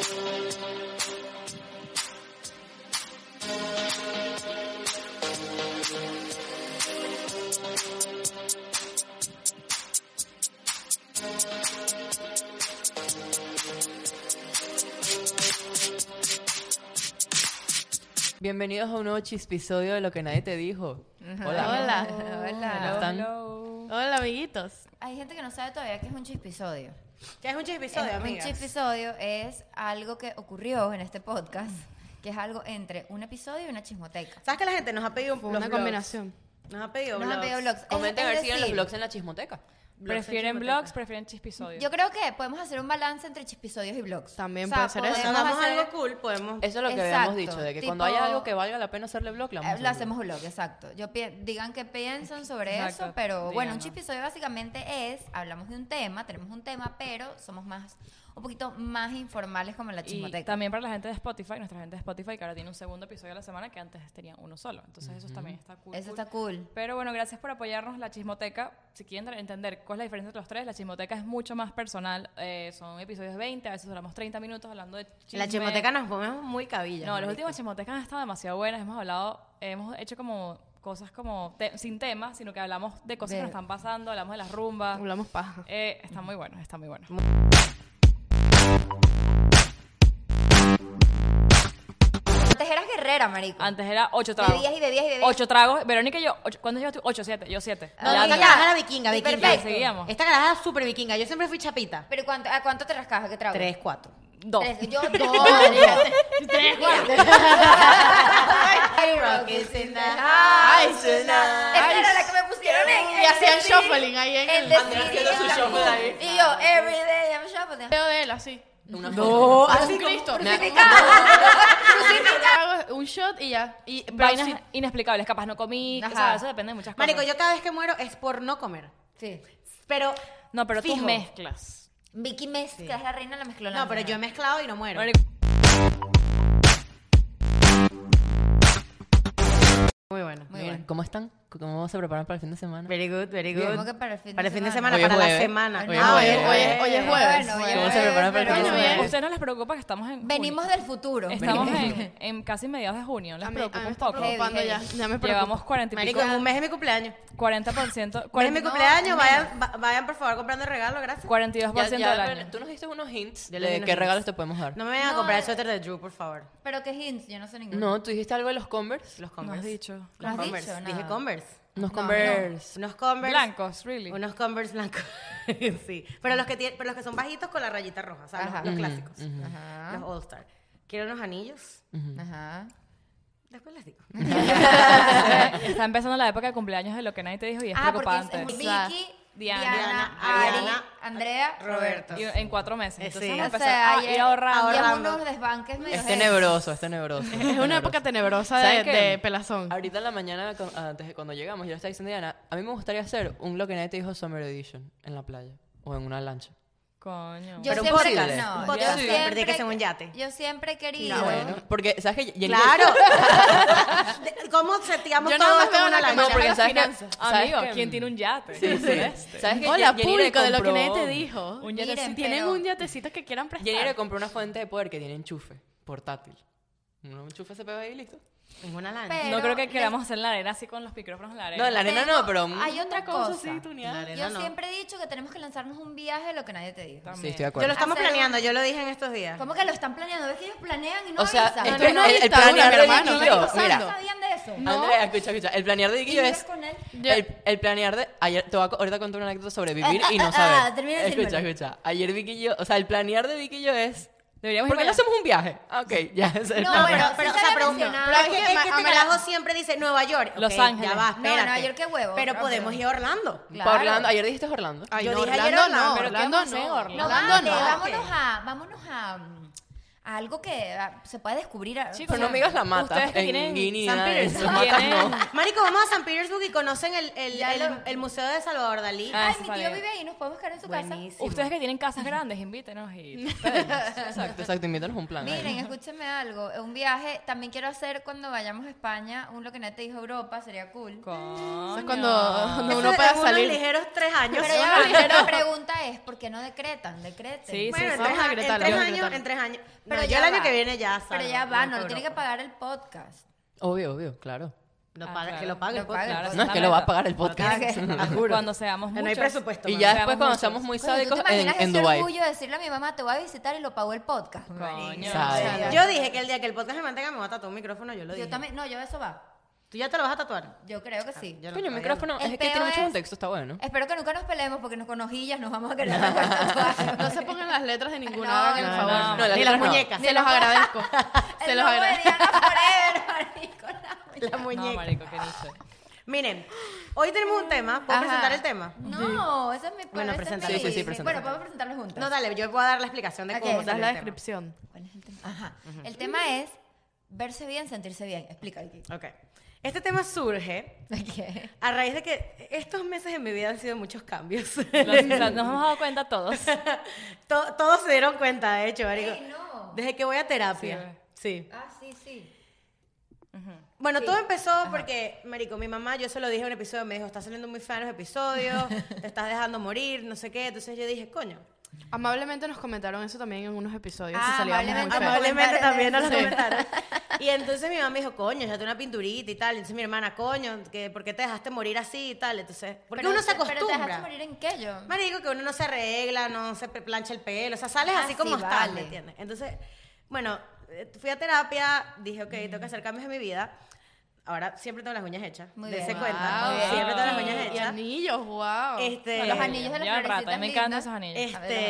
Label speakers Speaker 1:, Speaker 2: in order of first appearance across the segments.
Speaker 1: Bienvenidos a un nuevo chispisodio de Lo que nadie te dijo. Hola.
Speaker 2: Hola.
Speaker 1: ¿Cómo están?
Speaker 2: Hola, amiguitos.
Speaker 3: Hay gente que no sabe todavía qué es un chispisodio.
Speaker 4: ¿Qué es un chispisodio, amigas?
Speaker 3: Un chispisodio es algo que ocurrió en este podcast, que es algo entre un episodio y una chismoteca.
Speaker 4: ¿Sabes que la gente nos ha pedido
Speaker 2: Fue
Speaker 4: los
Speaker 2: una
Speaker 4: blogs?
Speaker 2: combinación.
Speaker 4: Nos ha pedido
Speaker 3: Nos han pedido blogs.
Speaker 1: Comenten a ver si eran los
Speaker 3: decir,
Speaker 1: blogs en la chismoteca.
Speaker 5: ¿Prefieren blogs? ¿Prefieren chipisodios?
Speaker 3: Yo creo que podemos hacer un balance entre chipisodios y blogs.
Speaker 2: También puede ser eso.
Speaker 4: Cuando hagamos
Speaker 3: hacer-
Speaker 4: algo cool, podemos...
Speaker 1: Eso es lo que
Speaker 3: Exacto,
Speaker 1: habíamos dicho, de que
Speaker 3: tipo-
Speaker 1: cuando haya algo que valga la pena hacerle blog,
Speaker 3: Lo hacemos blog, exacto. Digan qué piensan sobre
Speaker 5: Exacto,
Speaker 3: eso, pero bueno, un
Speaker 5: díganos.
Speaker 3: chispisodio básicamente es, hablamos de un tema, tenemos un tema, pero somos un poquito más informales como en la
Speaker 5: Y
Speaker 3: chismoteca.
Speaker 5: también para la gente de Spotify, nuestra gente de Spotify, que ahora tiene un segundo episodio a la semana que antes tenía uno solo. Entonces eso también está cool.
Speaker 3: Eso está cool.
Speaker 5: Pero bueno, gracias por apoyarnos. La chismoteca, si quieren entender cuál es la diferencia entre los tres, la chismoteca es mucho más personal. Son episodios de 20, a veces duramos 30 minutos hablando de chisme.
Speaker 4: En la chismoteca nos ponemos muy cabillas.
Speaker 5: No, las
Speaker 4: marico.
Speaker 5: últimas chismotecas han estado demasiado buenas. Hemos hecho como cosas como sin tema, sino que hablamos de cosas que nos están pasando, hablamos de las rumbas.
Speaker 2: Hablamos paja.
Speaker 5: Está muy bueno, está muy bueno.
Speaker 3: Antes eras guerrera, marico.
Speaker 5: Antes era 8 tragos.
Speaker 3: Bebías y bebías y bebías.
Speaker 5: 8 tragos. Verónica y yo, ¿cuándo llevas tú? 8, 7. Yo 7.
Speaker 4: No,
Speaker 3: Ya
Speaker 4: esta
Speaker 3: no.
Speaker 4: caraja era vikinga.
Speaker 3: Perfecto.
Speaker 5: Seguíamos.
Speaker 4: Esta caraja era súper vikinga. Yo siempre fui chapita.
Speaker 3: ¿Pero a cuánto te rascabas? ¿Qué trago?
Speaker 4: 3, 4.
Speaker 5: 2.
Speaker 3: Yo dos.
Speaker 2: 3, 4.
Speaker 3: Ay, esa era la que me pusieron en.
Speaker 2: Y hacían shuffling ahí en
Speaker 3: En
Speaker 2: el
Speaker 3: The
Speaker 1: haciendo su
Speaker 3: City.
Speaker 1: shuffle ahí.
Speaker 3: Y yo, every day I'm shuffling.
Speaker 2: video de él, así.
Speaker 1: No,
Speaker 2: Así Cristo. Hago un shot y ya. Pero
Speaker 5: Vainas
Speaker 2: sí,
Speaker 5: inexplicables. Capaz no comí.
Speaker 3: Ajá.
Speaker 5: O sea, eso depende de muchas cosas.
Speaker 4: Marico, yo cada vez que muero es por no comer.
Speaker 3: Sí.
Speaker 4: Pero...
Speaker 5: No, pero
Speaker 4: fijo.
Speaker 5: tú mezclas.
Speaker 3: Vicky mezcla, es la reina de la mezclona.
Speaker 4: No, pero yo he mezclado y no muero.
Speaker 5: Marico,
Speaker 4: Muy bueno.
Speaker 3: Muy
Speaker 1: Miren,
Speaker 3: bueno.
Speaker 1: ¿cómo están? ¿Cómo se preparan para el fin de semana?
Speaker 4: Very good, very good.
Speaker 3: ¿Cómo que para el fin de
Speaker 4: Para el fin de
Speaker 3: semana?
Speaker 4: semana,
Speaker 1: Hoy es
Speaker 4: para la
Speaker 1: jueves.
Speaker 4: semana.
Speaker 1: Hoy es
Speaker 4: Ah,
Speaker 1: jueves.
Speaker 2: Hoy es jueves.
Speaker 1: ¿Cómo se preparan para el fin de
Speaker 2: Coño,
Speaker 1: semana?
Speaker 2: bien.
Speaker 5: ¿Ustedes no les preocupa que estamos en junio?
Speaker 3: Venimos del futuro.
Speaker 5: Estamos en casi mediados de junio. ¿Les
Speaker 2: a mí
Speaker 5: preocupa
Speaker 2: me
Speaker 5: un
Speaker 2: está
Speaker 5: poco?
Speaker 2: preocupando
Speaker 3: Heavy,
Speaker 2: ya.
Speaker 3: heavy.
Speaker 2: Ya me preocupa.
Speaker 5: Llevamos 40 y
Speaker 4: Marico,
Speaker 5: pico.
Speaker 4: en un mes es mi cumpleaños.
Speaker 5: 40%.
Speaker 4: Es mi
Speaker 3: No,
Speaker 4: cumpleaños,
Speaker 3: menos.
Speaker 4: vayan por favor comprando regalo, gracias.
Speaker 5: 42% del año.
Speaker 1: Tú nos diste unos hints
Speaker 4: Yo les di
Speaker 1: de
Speaker 4: unos
Speaker 1: qué
Speaker 4: hints.
Speaker 1: regalos te podemos dar.
Speaker 4: No me vayan a
Speaker 3: No,
Speaker 4: comprar el suéter de Drew, por favor.
Speaker 3: Pero qué hints, yo no sé ninguno.
Speaker 1: No, tú dijiste algo de los Converse.
Speaker 4: Los
Speaker 5: No
Speaker 4: Converse.
Speaker 5: has dicho.
Speaker 3: ¿No
Speaker 4: Los
Speaker 3: has
Speaker 4: Converse.
Speaker 3: dicho?
Speaker 4: Dije
Speaker 3: Nada.
Speaker 4: Converse.
Speaker 1: Unos
Speaker 3: No,
Speaker 1: Converse.
Speaker 4: Unos Converse.
Speaker 5: Blancos, really.
Speaker 4: Unos Converse blancos. Sí. Pero los que son bajitos con la rayita roja, ¿sabes?
Speaker 3: Ajá.
Speaker 4: Los clásicos.
Speaker 3: Ajá.
Speaker 4: Los All Star. Quiero unos anillos.
Speaker 3: Ajá.
Speaker 4: Después les digo.
Speaker 5: Está empezando la época de cumpleaños de Lo que nadie te dijo y es
Speaker 3: Ah, porque
Speaker 5: preocupante.
Speaker 3: es Vicky,
Speaker 5: Diana,
Speaker 3: Diana,
Speaker 4: Ariana,
Speaker 3: Ari, Andrea, Roberto.
Speaker 5: Y en 4 meses.
Speaker 4: Sí.
Speaker 5: Entonces
Speaker 4: O
Speaker 5: vamos a
Speaker 3: O
Speaker 5: empezar
Speaker 3: sea,
Speaker 5: a ir ahorrando.
Speaker 3: y es
Speaker 4: ahorrando.
Speaker 3: unos desbanques medio
Speaker 1: Es
Speaker 3: heavy.
Speaker 1: tenebroso, es tenebroso.
Speaker 2: Es una época tenebrosa
Speaker 1: ¿Saben
Speaker 2: de
Speaker 1: qué?
Speaker 2: pelazón.
Speaker 1: Ahorita en la mañana, antes de cuando llegamos, yo le estaba diciendo a Diana, a mí me gustaría hacer un Lo que nadie te dijo Summer Edition en la playa o en una lancha.
Speaker 5: Coño.
Speaker 3: Yo
Speaker 1: Pero un
Speaker 3: siempre,
Speaker 1: podcast.
Speaker 3: no,
Speaker 4: Un
Speaker 3: yo
Speaker 4: podcast,
Speaker 3: siempre
Speaker 4: pero tiene que ser un yate.
Speaker 3: Yo siempre he querido.
Speaker 1: Ah, bueno. Porque, ¿sabes qué? Jenny-
Speaker 4: ¡Claro! ¿Cómo seteamos
Speaker 2: Yo
Speaker 4: todo
Speaker 2: nada más
Speaker 4: esto en
Speaker 2: veo
Speaker 4: una
Speaker 2: la
Speaker 4: lancha?
Speaker 1: No, porque
Speaker 2: las
Speaker 1: ¿sabes que-
Speaker 2: finanzas.
Speaker 1: ¿sabes
Speaker 5: Amigo,
Speaker 1: que-
Speaker 5: ¿quién tiene un yate?
Speaker 1: Sí, sí. ¿Sabes qué?
Speaker 2: Hola,
Speaker 1: Jenny le
Speaker 2: público de Lo que
Speaker 1: compró-
Speaker 2: nadie te dijo.
Speaker 5: Un
Speaker 3: Miren,
Speaker 5: yatecito.
Speaker 2: Tienen
Speaker 3: pero-
Speaker 2: un yatecito que quieran
Speaker 1: Jenny le
Speaker 2: prestar.
Speaker 1: compró una fuente de poder que tiene enchufe portátil. Un enchufe se pega ahí y listo.
Speaker 4: En una lancha.
Speaker 3: Pero
Speaker 5: No creo que
Speaker 3: les-
Speaker 5: queramos hacer en la arena así con los micrófonos en la arena.
Speaker 1: No, en la arena no, pero...
Speaker 3: Hay otra cosa.
Speaker 4: En la arena
Speaker 3: Yo
Speaker 4: no.
Speaker 3: siempre he dicho que tenemos que lanzarnos un viaje de Lo que nadie te dijo.
Speaker 1: Sí, estoy de
Speaker 4: Yo
Speaker 1: acuerdo.
Speaker 4: lo estamos
Speaker 3: Hacer-
Speaker 4: planeando, yo lo dije en estos días.
Speaker 3: ¿Cómo que lo están planeando? ¿Ves que ellos planean y no
Speaker 1: O sea,
Speaker 3: avisan?
Speaker 1: esto
Speaker 2: no, no hay
Speaker 1: el
Speaker 2: dictadura,
Speaker 1: planear
Speaker 2: mi
Speaker 1: de
Speaker 2: hermano,
Speaker 1: Vicky y
Speaker 2: no
Speaker 1: yo,
Speaker 2: hay
Speaker 3: ¿No
Speaker 1: mira,
Speaker 3: sabían de eso?
Speaker 1: Andrea, escucha, el planear de Vicky y
Speaker 3: ¿Y
Speaker 1: yo
Speaker 3: vives
Speaker 1: es...
Speaker 3: con él?
Speaker 1: El planear de... Ayer, te voy a ahorita contar una anécdota sobre vivir y no saber.
Speaker 3: termina de
Speaker 1: Escucha,
Speaker 3: decírmelo.
Speaker 1: escucha. Ayer Vicky y yo... O sea, el planear de Vicky y yo es...
Speaker 5: Deberíamos
Speaker 1: ¿Por qué
Speaker 5: ir
Speaker 1: no
Speaker 5: para allá.
Speaker 1: hacemos un viaje? Ah, ok, ya. Ese es el
Speaker 3: No,
Speaker 1: plan.
Speaker 3: bueno,
Speaker 4: Pero,
Speaker 3: sí
Speaker 4: o
Speaker 3: se
Speaker 4: sea,
Speaker 3: había
Speaker 4: pero
Speaker 3: mencionado.
Speaker 4: pero es que este
Speaker 2: Amela-
Speaker 4: relajo siempre dice Nueva York.
Speaker 5: Los
Speaker 4: Ok,
Speaker 5: Ángeles.
Speaker 4: Ya va,
Speaker 3: No,
Speaker 4: espérate.
Speaker 3: Nueva York, qué huevo.
Speaker 4: Pero
Speaker 3: No,
Speaker 4: podemos
Speaker 3: pero-
Speaker 4: ir a Orlando.
Speaker 3: Claro.
Speaker 1: Para Orlando. Ayer dijiste Orlando.
Speaker 2: Ay,
Speaker 4: Yo
Speaker 2: no,
Speaker 4: dije ayer
Speaker 2: Orlando
Speaker 4: Orlando.
Speaker 2: no,
Speaker 5: ¿Pero qué
Speaker 2: Orlando
Speaker 5: vamos a hacer en
Speaker 2: no.
Speaker 5: Orlando?
Speaker 3: No,
Speaker 2: Orlando
Speaker 3: vale,
Speaker 2: no.
Speaker 3: vámonos a algo que se pueda descubrir.
Speaker 5: Chicos,
Speaker 1: Pero no me digas la mata.
Speaker 5: Ustedes que
Speaker 1: En
Speaker 5: tienen
Speaker 1: Guinea,
Speaker 4: San
Speaker 1: nada de
Speaker 4: Petersburg.
Speaker 1: eso, matas
Speaker 5: Tienen-
Speaker 1: no.
Speaker 4: Marico, vamos a San Petersburg y conocen
Speaker 3: Ya lo-
Speaker 4: el Museo de Salvador Dalí.
Speaker 5: Ah,
Speaker 3: Ay,
Speaker 5: eso
Speaker 3: mi
Speaker 5: está
Speaker 3: tío
Speaker 5: bien.
Speaker 3: vive ahí, nos podemos quedar en su casa.
Speaker 4: Buenísimo.
Speaker 5: Ustedes que tienen casas grandes, invítenos y...
Speaker 1: Exacto, invítanos un plan.
Speaker 3: Miren, escúchenme algo. Un viaje también quiero hacer cuando vayamos a España. Un Lo que nadie te dijo Europa, sería cool.
Speaker 2: Eso
Speaker 5: Coño.
Speaker 2: es cuando
Speaker 4: Eso
Speaker 2: uno
Speaker 4: es
Speaker 2: pueda
Speaker 4: en unos
Speaker 2: salir.
Speaker 4: ligeros 3 años.
Speaker 3: Pero ya va, la pregunta es, ¿por qué no decretan? Decreten.
Speaker 5: Sí,
Speaker 4: Bueno, en
Speaker 2: Vamos a
Speaker 4: tres
Speaker 2: decretarlo,
Speaker 4: años,
Speaker 2: vamos a decretarlo.
Speaker 4: en 3 años. No,
Speaker 3: Pero
Speaker 4: yo
Speaker 3: ya
Speaker 4: el año
Speaker 3: va.
Speaker 4: que viene ya salgo.
Speaker 3: Pero ya va, no,
Speaker 4: para
Speaker 3: le tiene que
Speaker 4: Europa.
Speaker 3: pagar el podcast.
Speaker 1: Obvio, claro.
Speaker 5: Claro.
Speaker 4: Que lo pague el
Speaker 3: Lo pague el
Speaker 4: podcast.
Speaker 1: No, es que lo va a pagar el podcast.
Speaker 3: Claro
Speaker 4: Juro.
Speaker 5: Cuando seamos
Speaker 4: No hay
Speaker 5: muchos.
Speaker 4: presupuesto.
Speaker 1: Y
Speaker 4: mami.
Speaker 1: ya
Speaker 5: Seamos
Speaker 1: después, cuando
Speaker 5: muchos.
Speaker 1: seamos muy
Speaker 3: Coño, ¿tú
Speaker 1: sádicos,
Speaker 3: te imaginas
Speaker 1: en
Speaker 3: ese
Speaker 1: Dubai.
Speaker 3: orgullo de decirle a mi mamá, te voy a visitar y lo pagó el podcast?
Speaker 5: Coño.
Speaker 1: ¿Sabes?
Speaker 4: Yo dije que el día que el podcast me mantenga me voy a tatuar un micrófono, yo lo dije.
Speaker 3: Yo también, no, yo eso va.
Speaker 4: ¿Tú ya te lo vas a tatuar?
Speaker 3: Yo creo que sí.
Speaker 4: Yo no,
Speaker 1: Coño,
Speaker 4: todavía
Speaker 1: micrófono,
Speaker 3: El
Speaker 1: es que
Speaker 3: peo
Speaker 1: tiene mucho
Speaker 3: es-
Speaker 1: contexto, está bueno.
Speaker 3: Espero que nunca nos peleemos porque con hojillas nos vamos a querer sacar tatuajes.
Speaker 2: No se pongan las letras de ninguna,
Speaker 3: No,
Speaker 2: hagan el
Speaker 3: no,
Speaker 2: favor.
Speaker 1: no, las
Speaker 4: Ni
Speaker 1: letras
Speaker 4: las
Speaker 1: no.
Speaker 4: muñecas.
Speaker 2: Se los agradezco. Se
Speaker 3: El
Speaker 2: los
Speaker 3: logo de
Speaker 2: agradezco.
Speaker 3: Diana Forever, marico, la muñeca.
Speaker 4: La muñeca.
Speaker 5: No, marico, qué nicho.
Speaker 4: Miren, hoy tenemos un tema. ¿Puedo
Speaker 3: Ajá.
Speaker 4: presentar el tema?
Speaker 3: No, ese es mi
Speaker 4: Bueno,
Speaker 3: ese es
Speaker 4: presenta.
Speaker 3: mi-
Speaker 1: Sí, presenta.
Speaker 3: Bueno, podemos presentarlo juntas.
Speaker 4: No, dale, yo voy a dar la explicación de
Speaker 3: Ok,
Speaker 4: cómo
Speaker 3: das
Speaker 4: sale
Speaker 2: Das la
Speaker 4: el tema.
Speaker 2: descripción.
Speaker 3: ¿Cuál es el tema? Ajá. El tema es verse bien, sentirse bien. Explica aquí.
Speaker 4: Ok. Este tema surge
Speaker 3: ¿Qué?
Speaker 4: a raíz de que estos meses en mi vida han sido muchos cambios.
Speaker 5: O sea, nos hemos dado cuenta todos.
Speaker 4: Todos se dieron cuenta, de hecho, marico.
Speaker 3: Ey, no.
Speaker 4: Desde que voy a terapia. Sí.
Speaker 3: Ah, sí, sí.
Speaker 4: Bueno,
Speaker 3: Sí.
Speaker 4: todo empezó porque, marico, mi mamá, yo se lo dije en un episodio, me dijo, estás saliendo muy fea en los episodios, te estás dejando morir, no sé qué. Entonces yo dije, coño,
Speaker 2: Amablemente nos comentaron eso también en unos episodios.
Speaker 3: Ah,
Speaker 2: que salíamos muy
Speaker 3: amablemente.
Speaker 2: feos.
Speaker 4: amablemente también nos lo
Speaker 2: Sí.
Speaker 4: comentaron. Y entonces mi mamá me dijo, coño, ya una pinturita y tal. Y entonces mi hermana, coño, ¿por qué te dejaste morir así y tal? Entonces, porque
Speaker 3: Pero
Speaker 4: uno se
Speaker 3: ¿Pero te dejaste
Speaker 4: acostumbra.
Speaker 3: morir en qué yo?
Speaker 4: Marico, que uno no se arregla, no se plancha el pelo, o sea, sales así
Speaker 3: Ah,
Speaker 4: como
Speaker 3: sí,
Speaker 4: estás,
Speaker 3: vale.
Speaker 4: ¿me entiendes? Entonces, bueno, fui a terapia, dije, ok, tengo que hacer cambios en mi vida. Ahora siempre tengo las uñas hechas.
Speaker 3: Muy
Speaker 4: Dese
Speaker 3: bien.
Speaker 4: cuenta.
Speaker 3: Muy bien.
Speaker 4: Siempre tengo las uñas
Speaker 2: Y
Speaker 4: hechas.
Speaker 2: anillos, wow.
Speaker 4: Este,
Speaker 3: Los anillos de las
Speaker 5: Ya, rata,
Speaker 3: florecitas
Speaker 5: a mí me encantan
Speaker 3: lindas.
Speaker 5: esos anillos.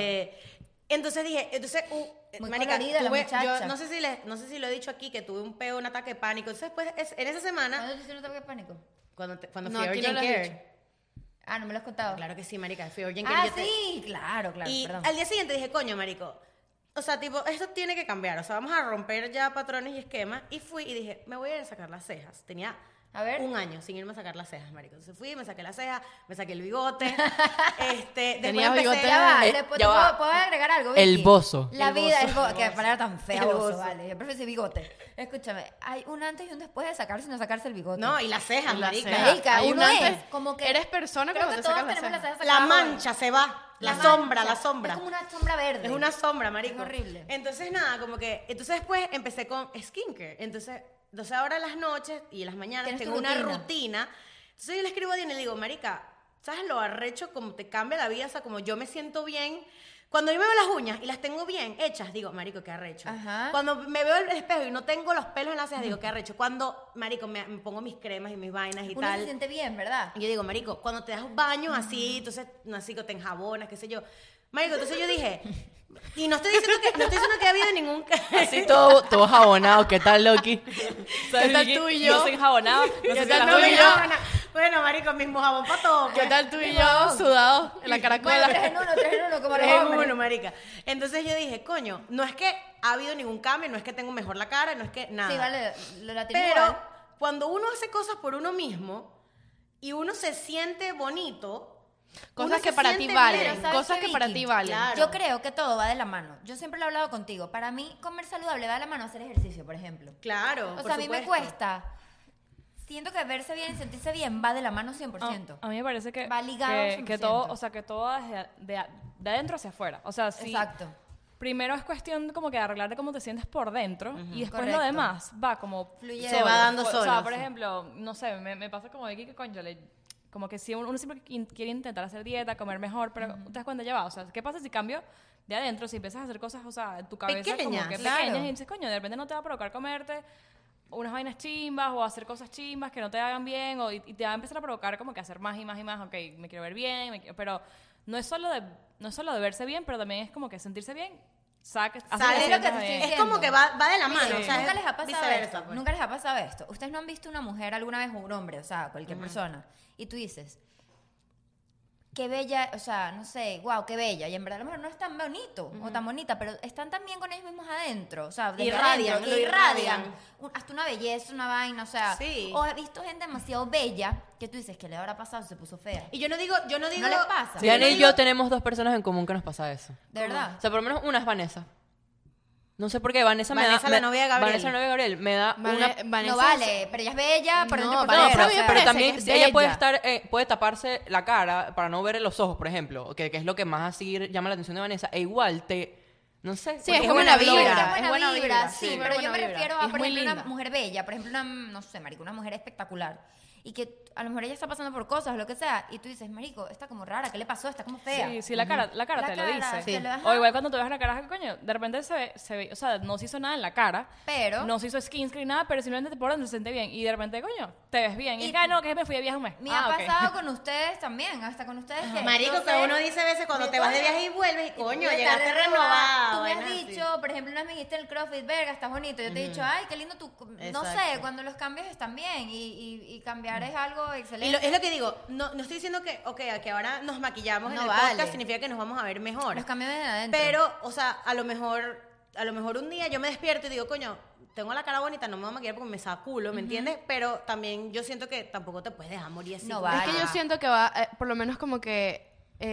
Speaker 4: Entonces dije,
Speaker 3: Muy
Speaker 4: marica,
Speaker 3: colorida la
Speaker 4: tuve,
Speaker 3: muchacha.
Speaker 4: yo no sé si lo he dicho aquí, que tuve un peo, un ataque de pánico. Entonces, pues, en esa semana,
Speaker 3: ¿Cuándo te hicieron un ataque de pánico?
Speaker 4: cuando
Speaker 2: No,
Speaker 4: fui a
Speaker 2: aquí
Speaker 4: Urgent
Speaker 2: no lo has
Speaker 4: Care.
Speaker 3: Ah, no me lo has contado.
Speaker 4: Claro que sí, marica, fui a Urgent Care.
Speaker 3: Ah,
Speaker 4: yo te-
Speaker 3: sí, claro,
Speaker 4: Y
Speaker 3: perdón.
Speaker 4: al día siguiente dije, coño, marico, o sea, tipo, esto tiene que cambiar. O sea, vamos a romper ya patrones y esquemas. Y fui y dije, me voy a ir a sacar las cejas. Tenía
Speaker 3: A ver.
Speaker 4: un año sin irme a sacar las cejas, marico. Entonces fui, me saqué las cejas, me saqué el bigote. Después
Speaker 2: ¿Tenías
Speaker 4: empecé
Speaker 2: bigote?
Speaker 3: Ya va,
Speaker 1: Eh,
Speaker 3: después
Speaker 1: ya
Speaker 3: te
Speaker 1: va.
Speaker 3: ¿puedo agregar algo?
Speaker 1: El
Speaker 3: Vicky?
Speaker 1: bozo.
Speaker 3: La
Speaker 4: El
Speaker 3: vida,
Speaker 4: bozo.
Speaker 3: qué palabra tan fea,
Speaker 4: El
Speaker 3: bozo,
Speaker 4: bozo.
Speaker 3: vale. Yo prefiero decir bigote. Escúchame, hay un antes y un después de sacarse y no sacarse el bigote.
Speaker 4: No, y las cejas,
Speaker 2: Y las
Speaker 4: marica.
Speaker 2: cejas.
Speaker 3: Marica,
Speaker 2: Hay
Speaker 3: uno
Speaker 2: un
Speaker 3: es
Speaker 2: antes-
Speaker 3: como que...
Speaker 2: Eres persona
Speaker 3: Creo
Speaker 2: cuando
Speaker 3: que
Speaker 2: te
Speaker 3: todos
Speaker 2: sacas las
Speaker 3: tenemos las
Speaker 2: cejas.
Speaker 3: cejas
Speaker 4: La
Speaker 3: sacadas.
Speaker 4: mancha se va. La
Speaker 3: mancha.
Speaker 4: sombra, la sombra.
Speaker 3: Es como una sombra verde.
Speaker 4: Es una sombra, marico.
Speaker 3: Es horrible.
Speaker 4: Entonces, nada, como que... Entonces, después empecé con skincare. Entonces ahora en las noches y en las mañanas
Speaker 3: Tienes tu
Speaker 4: tengo una
Speaker 3: rutina.
Speaker 4: rutina. Entonces, yo le escribo a Diana y le digo, marica, ¿sabes lo arrecho como te cambia la vida? O sea, como yo me siento bien... Cuando yo me veo las uñas y las tengo bien hechas, digo, marico, qué arrecho.
Speaker 3: Ajá.
Speaker 4: Cuando me veo el espejo y no tengo los pelos en las cejas, digo, qué arrecho. Cuando, marico, me pongo mis cremas y mis vainas y
Speaker 3: Uno
Speaker 4: tal.
Speaker 3: se siente bien, ¿verdad?
Speaker 4: Y yo digo, marico, cuando te das un baño así, entonces, no así que te enjabonas, qué sé yo. Marico, entonces yo dije, y no estoy diciendo que ha habido ningún...
Speaker 1: Así todo jabonado, ¿qué tal, Loki?
Speaker 5: ¿Sabes,
Speaker 2: ¿Qué tal
Speaker 5: Vicky?
Speaker 2: tú y
Speaker 5: Yo
Speaker 2: yo?
Speaker 5: soy jabonada. No sé
Speaker 4: ¿Qué
Speaker 5: si
Speaker 4: tal
Speaker 5: las
Speaker 4: no me
Speaker 5: tuyas.
Speaker 4: jabona? Bueno, marico, mismo jabón para todo.
Speaker 2: ¿Qué tal tú y yo sudados en la
Speaker 3: Bueno,
Speaker 2: caracola?
Speaker 3: 3 en 1, como los
Speaker 4: En
Speaker 3: hombres.
Speaker 4: uno, marica. Entonces yo dije, coño, no es que ha habido ningún cambio, no es que tengo mejor la cara, no es que nada.
Speaker 3: Sí, vale, la tienes
Speaker 4: Pero
Speaker 3: igual.
Speaker 4: cuando uno hace cosas por uno mismo y uno se siente bonito, uno
Speaker 2: Cosas que
Speaker 4: se
Speaker 2: para ti
Speaker 4: siente
Speaker 2: valen.
Speaker 4: bien.
Speaker 3: Pero ¿sabes
Speaker 2: Cosas
Speaker 3: qué,
Speaker 2: que para
Speaker 3: Vicky?
Speaker 2: ti valen.
Speaker 4: Claro.
Speaker 3: Yo creo que todo va de la mano. Yo siempre lo he hablado contigo. Para mí, comer saludable va de la mano a hacer ejercicio, por ejemplo.
Speaker 4: Claro,
Speaker 3: O
Speaker 4: por
Speaker 3: sea, a mí me
Speaker 4: supuesto.
Speaker 3: cuesta. Siento que verse bien y sentirse bien va de la mano 100%.
Speaker 5: A mí me parece que,
Speaker 3: Va ligado
Speaker 5: que
Speaker 3: 100%.
Speaker 5: todo, o sea, que todo de adentro hacia afuera. O sea, sí.
Speaker 3: Exacto.
Speaker 5: Primero es cuestión como que arreglarte cómo te sientes por dentro y después
Speaker 3: Correcto.
Speaker 5: lo demás va como
Speaker 3: Fluye.
Speaker 4: Se va dando
Speaker 5: O sea,
Speaker 4: solo,
Speaker 5: por
Speaker 4: sí.
Speaker 5: ejemplo, no sé, me pasa como Vicky que coño, como que si uno siempre quiere intentar hacer dieta, comer mejor, pero te das cuenta ya va, o sea, ¿qué pasa si cambio de adentro, si empiezas a hacer cosas, o sea, en tu cabeza
Speaker 4: Pequeñas,
Speaker 5: como que
Speaker 3: claro.
Speaker 5: pequeñas y dices, coño, de repente no te va a provocar comerte unas vainas chimbas o hacer cosas chimbas que no te hagan bien y te va a empezar a provocar como que hacer más y más y más, ok, me quiero ver bien, pero no es solo de verse bien, pero también es como que sentirse bien, hace
Speaker 4: Sale
Speaker 5: que
Speaker 3: lo que te
Speaker 5: sientas
Speaker 3: estoy
Speaker 5: bien.
Speaker 4: Es
Speaker 3: diciendo.
Speaker 4: como que va de la mano.
Speaker 3: Miren,
Speaker 4: o sea,
Speaker 3: nunca
Speaker 4: es
Speaker 3: les ha pasado
Speaker 4: viceversa,
Speaker 3: esto.
Speaker 4: pues.
Speaker 3: Nunca les ha pasado esto. Ustedes no han visto una mujer alguna vez o un hombre, o sea, cualquier persona, y tú dices, qué bella, o sea, no sé, wow, qué bella. Y en verdad a lo mejor no es tan bonito o tan bonita, pero están tan bien con ellos mismos adentro. O sea, desde
Speaker 4: Irradian,
Speaker 3: adentro,
Speaker 4: lo
Speaker 3: irradian.
Speaker 4: irradian.
Speaker 3: Hasta una belleza, una vaina, o sea.
Speaker 4: Sí.
Speaker 3: O he visto gente demasiado bella que tú dices, ¿qué le habrá pasado? Se puso fea.
Speaker 4: Y yo no digo...
Speaker 3: ¿No les pasa?
Speaker 1: Diana y
Speaker 4: digo-
Speaker 1: yo tenemos dos personas en común que nos pasa eso.
Speaker 3: ¿De verdad?
Speaker 1: O sea, por lo menos una es Vanessa. No sé por qué, Vanessa,
Speaker 4: Vanessa, la novia de Gabriel.
Speaker 1: Vanessa, la novia de Gabriel, me da una...
Speaker 3: No vale, pero ella es bella, por
Speaker 2: No,
Speaker 3: dentro y por
Speaker 2: Vanessa
Speaker 3: fuera,
Speaker 1: No,
Speaker 3: o
Speaker 1: pero,
Speaker 3: sea.
Speaker 1: pero
Speaker 2: parece
Speaker 1: también
Speaker 2: que es
Speaker 1: ella puede
Speaker 2: bella.
Speaker 1: estar, puede taparse la cara para no ver los ojos, por ejemplo, que es lo que más así llama la atención de Vanessa, e igual No sé.
Speaker 2: Sí,
Speaker 1: porque
Speaker 2: es como
Speaker 1: buena
Speaker 2: una vibra.
Speaker 3: Es buena
Speaker 2: es buena
Speaker 3: vibra,
Speaker 2: vibra,
Speaker 3: sí,
Speaker 2: súper
Speaker 3: pero yo
Speaker 2: buena
Speaker 3: me
Speaker 2: vibra.
Speaker 3: refiero
Speaker 2: Y
Speaker 3: a,
Speaker 2: es
Speaker 3: por
Speaker 2: muy
Speaker 3: ejemplo, una
Speaker 2: linda.
Speaker 3: mujer bella, por ejemplo, una, no sé, marico, una mujer espectacular. Y que a lo mejor ella está pasando por cosas, lo que sea, y tú dices, marico, está como rara, ¿qué le pasó? Está como fea.
Speaker 5: Sí, sí, la cara
Speaker 3: La
Speaker 5: te lo
Speaker 3: cara,
Speaker 5: dice.
Speaker 3: te lo- ajá.
Speaker 5: O igual cuando tú ves la cara, coño, de repente se ve, o sea, no se hizo nada en la cara,
Speaker 3: Pero-
Speaker 5: no se hizo skin screen, nada, pero simplemente por donde se siente bien. Y de repente, coño, te ves bien. Y
Speaker 3: Y-
Speaker 5: es que, no, que me fui de viaje un mes.
Speaker 3: Me ha
Speaker 5: ok.
Speaker 3: pasado con ustedes también, hasta con ustedes. Que
Speaker 4: Marico,
Speaker 3: yo
Speaker 4: que
Speaker 3: sé-
Speaker 4: uno dice a veces cuando te vas de viaje y vuelves y coño,
Speaker 3: Está
Speaker 4: llegaste
Speaker 3: renovada.
Speaker 4: renovado.
Speaker 3: Tú me has
Speaker 4: vaina así.
Speaker 3: dicho, por ejemplo, una vez me dijiste en el CrossFit, verga, estás bonito. Yo te he dicho, ay, qué lindo tu... No sé,
Speaker 4: Exacto.
Speaker 3: cuando los cambios están bien y cambiar es algo
Speaker 4: Y
Speaker 3: excelente.
Speaker 4: es lo que digo, no estoy diciendo que, que ahora nos maquillamos en
Speaker 3: No
Speaker 4: el
Speaker 3: vale.
Speaker 4: podcast, significa que nos vamos a ver mejor.
Speaker 3: Los cambios de adentro.
Speaker 4: Pero, o sea, a lo mejor un día yo me despierto y digo, coño, tengo la cara bonita, no me voy a maquillar porque me saca culo, ¿me entiendes? Pero también yo siento que tampoco te puedes dejar morir así.
Speaker 3: No
Speaker 4: como-
Speaker 3: vale.
Speaker 2: Es que yo siento que va, por lo menos como que,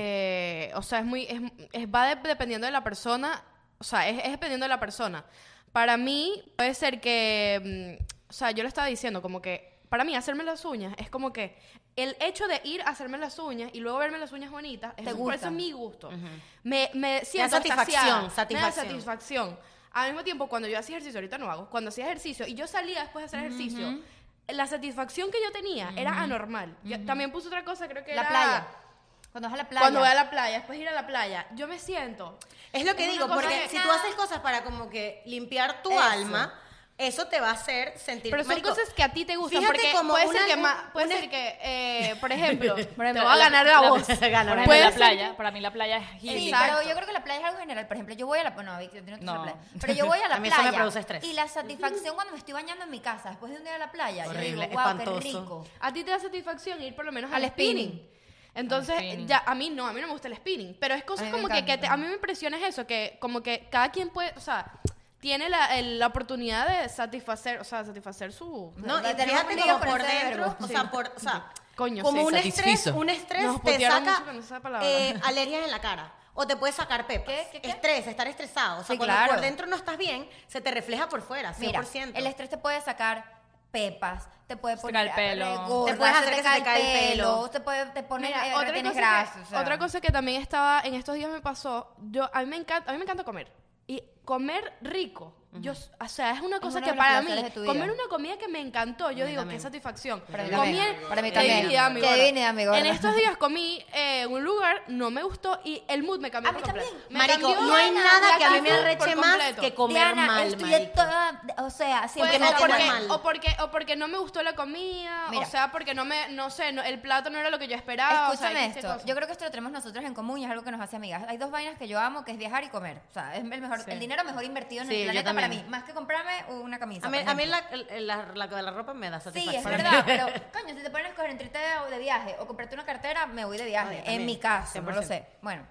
Speaker 2: o sea, dependiendo de la persona, o sea, es dependiendo de la persona. Para mí puede ser que, o sea, yo le estaba diciendo como que, para mí hacerme las uñas es como que el hecho de ir a hacerme las uñas y luego verme las uñas bonitas,
Speaker 3: ¿Te
Speaker 2: eso, por
Speaker 3: gusta?
Speaker 2: eso es mi gusto. Me siento
Speaker 4: satisfacción,
Speaker 2: saciada, me da
Speaker 4: satisfacción.
Speaker 2: satisfacción. Al mismo tiempo, cuando yo hacía ejercicio, ahorita no hago, cuando hacía ejercicio y yo salía después de hacer ejercicio, la satisfacción que yo tenía era anormal. Yo también puse otra cosa, creo que
Speaker 3: La
Speaker 2: era...
Speaker 3: playa. Cuando vas a la playa.
Speaker 2: Cuando voy a la playa, después de ir a la playa, yo me siento...
Speaker 4: Es lo que
Speaker 2: Es
Speaker 4: digo,
Speaker 2: una cosa
Speaker 4: porque
Speaker 2: que-
Speaker 4: si tú haces cosas para como que limpiar tu
Speaker 3: Eso.
Speaker 4: alma, eso te va a hacer sentir...
Speaker 2: Pero son
Speaker 4: Marico,
Speaker 2: cosas que a ti te gustan,
Speaker 4: fíjate
Speaker 2: porque
Speaker 4: como
Speaker 2: puede
Speaker 4: una-
Speaker 2: ser que,
Speaker 4: un-
Speaker 2: puede
Speaker 4: una-
Speaker 2: ser que por ejemplo, te
Speaker 5: ejemplo,
Speaker 2: va a ganar la voz.
Speaker 5: Por ejemplo,
Speaker 2: Puede
Speaker 5: la
Speaker 2: ser
Speaker 5: playa,
Speaker 2: que-
Speaker 5: para mí la playa es
Speaker 3: Sí,
Speaker 5: healing.
Speaker 2: Exacto.
Speaker 3: pero yo creo que la playa es algo general. Por ejemplo, yo voy a la... No, Vicky, a ti no te gusta
Speaker 5: No.
Speaker 3: la playa. Pero yo voy a la
Speaker 4: A mí eso
Speaker 3: playa.
Speaker 4: me produce estrés.
Speaker 3: Y la satisfacción cuando me estoy bañando en mi casa, después de un día de la playa,
Speaker 4: Horrible,
Speaker 3: yo digo, wow, qué
Speaker 4: espantoso.
Speaker 3: rico.
Speaker 2: A ti te da satisfacción ir por lo menos
Speaker 3: Al
Speaker 2: al spinning.
Speaker 3: spinning.
Speaker 2: Entonces,
Speaker 5: Al spinning.
Speaker 2: ya a mí no me gusta el spinning, pero es
Speaker 3: A
Speaker 2: cosas
Speaker 3: mí me
Speaker 2: como
Speaker 3: encanta
Speaker 2: que a mí me impresiona es eso, que como que cada quien puede, o sea, tiene la oportunidad de satisfacer su...
Speaker 4: No, y
Speaker 3: Tenemos
Speaker 4: fíjate
Speaker 3: líos
Speaker 4: como
Speaker 3: con
Speaker 4: por
Speaker 3: ese
Speaker 4: dentro,
Speaker 3: verbo.
Speaker 4: o sea, o sea,
Speaker 2: Coño,
Speaker 4: como
Speaker 2: sí,
Speaker 1: satisfizo.
Speaker 4: un estrés
Speaker 2: Nos
Speaker 4: te
Speaker 2: putearon
Speaker 4: saca
Speaker 2: mucho con esa palabra.
Speaker 4: alergias en la cara. O te puede sacar pepas.
Speaker 3: ¿Qué?
Speaker 4: Estrés, estar estresado. O sea,
Speaker 3: Sí,
Speaker 4: cuando
Speaker 3: claro.
Speaker 4: por dentro no estás bien, se te refleja por fuera, 100%.
Speaker 3: Mira, el estrés te puede sacar pepas, te puede
Speaker 5: te
Speaker 3: poner
Speaker 5: cae el pelo.
Speaker 3: gorda,
Speaker 4: Te puedes hacer
Speaker 3: te
Speaker 4: que se te cae el pelo.
Speaker 3: te pone
Speaker 2: Mira,
Speaker 3: retienes grasa, o sea.
Speaker 2: otra cosa que también estaba, en estos días me pasó, a mí me encanta comer. Y comer rico. O sea, es una cosa
Speaker 3: uno
Speaker 2: que
Speaker 3: de los
Speaker 2: para mí,
Speaker 3: placeres de tu vida.
Speaker 2: comer una comida que me encantó, yo digo,
Speaker 4: también.
Speaker 2: qué satisfacción.
Speaker 3: Para mí
Speaker 2: Comí
Speaker 3: también.
Speaker 2: en-
Speaker 3: Para mí
Speaker 2: qué
Speaker 3: también.
Speaker 2: divinidad, mi
Speaker 3: Qué
Speaker 2: gorda.
Speaker 3: divinidad, mi gorda.
Speaker 2: En estos días comí en un lugar, no me gustó y el mood me cambió
Speaker 3: A mí
Speaker 2: por completo.
Speaker 3: también.
Speaker 2: Me
Speaker 4: Marico,
Speaker 2: cambió
Speaker 4: no hay
Speaker 2: la
Speaker 4: nada que a mí me
Speaker 2: actitud
Speaker 4: arreche
Speaker 2: por
Speaker 4: más
Speaker 2: completo.
Speaker 4: que comer
Speaker 3: Diana,
Speaker 4: mal,
Speaker 3: estoy
Speaker 4: marico.
Speaker 3: toda, o sea,
Speaker 2: Pues,
Speaker 3: siempre
Speaker 4: no
Speaker 2: o,
Speaker 4: comer
Speaker 2: porque,
Speaker 4: mal.
Speaker 2: o porque no me gustó la comida,
Speaker 3: Mira.
Speaker 2: o sea, porque no sé, el plato no era lo que yo esperaba.
Speaker 3: Escúchame
Speaker 2: o sea, X
Speaker 3: esto.
Speaker 2: cosas.
Speaker 3: Yo creo que esto lo tenemos nosotros en común y es algo que nos hace amigas. Hay dos vainas que yo amo, que es viajar y comer. O sea, es el dinero mejor invertido en
Speaker 4: Sí,
Speaker 3: el
Speaker 4: yo
Speaker 3: planeta para
Speaker 4: también.
Speaker 3: mí. Más que comprarme una camisa.
Speaker 4: A mí,
Speaker 3: por
Speaker 4: a mí
Speaker 3: ejemplo.
Speaker 4: la de la ropa me da
Speaker 3: Sí,
Speaker 4: satisfacción.
Speaker 3: es verdad, pero coño, si te pones a escoger entre irte de viaje o comprarte una cartera, me voy de viaje.
Speaker 4: Ay,
Speaker 3: En
Speaker 4: también,
Speaker 3: mi caso, no lo
Speaker 4: 100%.
Speaker 3: sé. Bueno,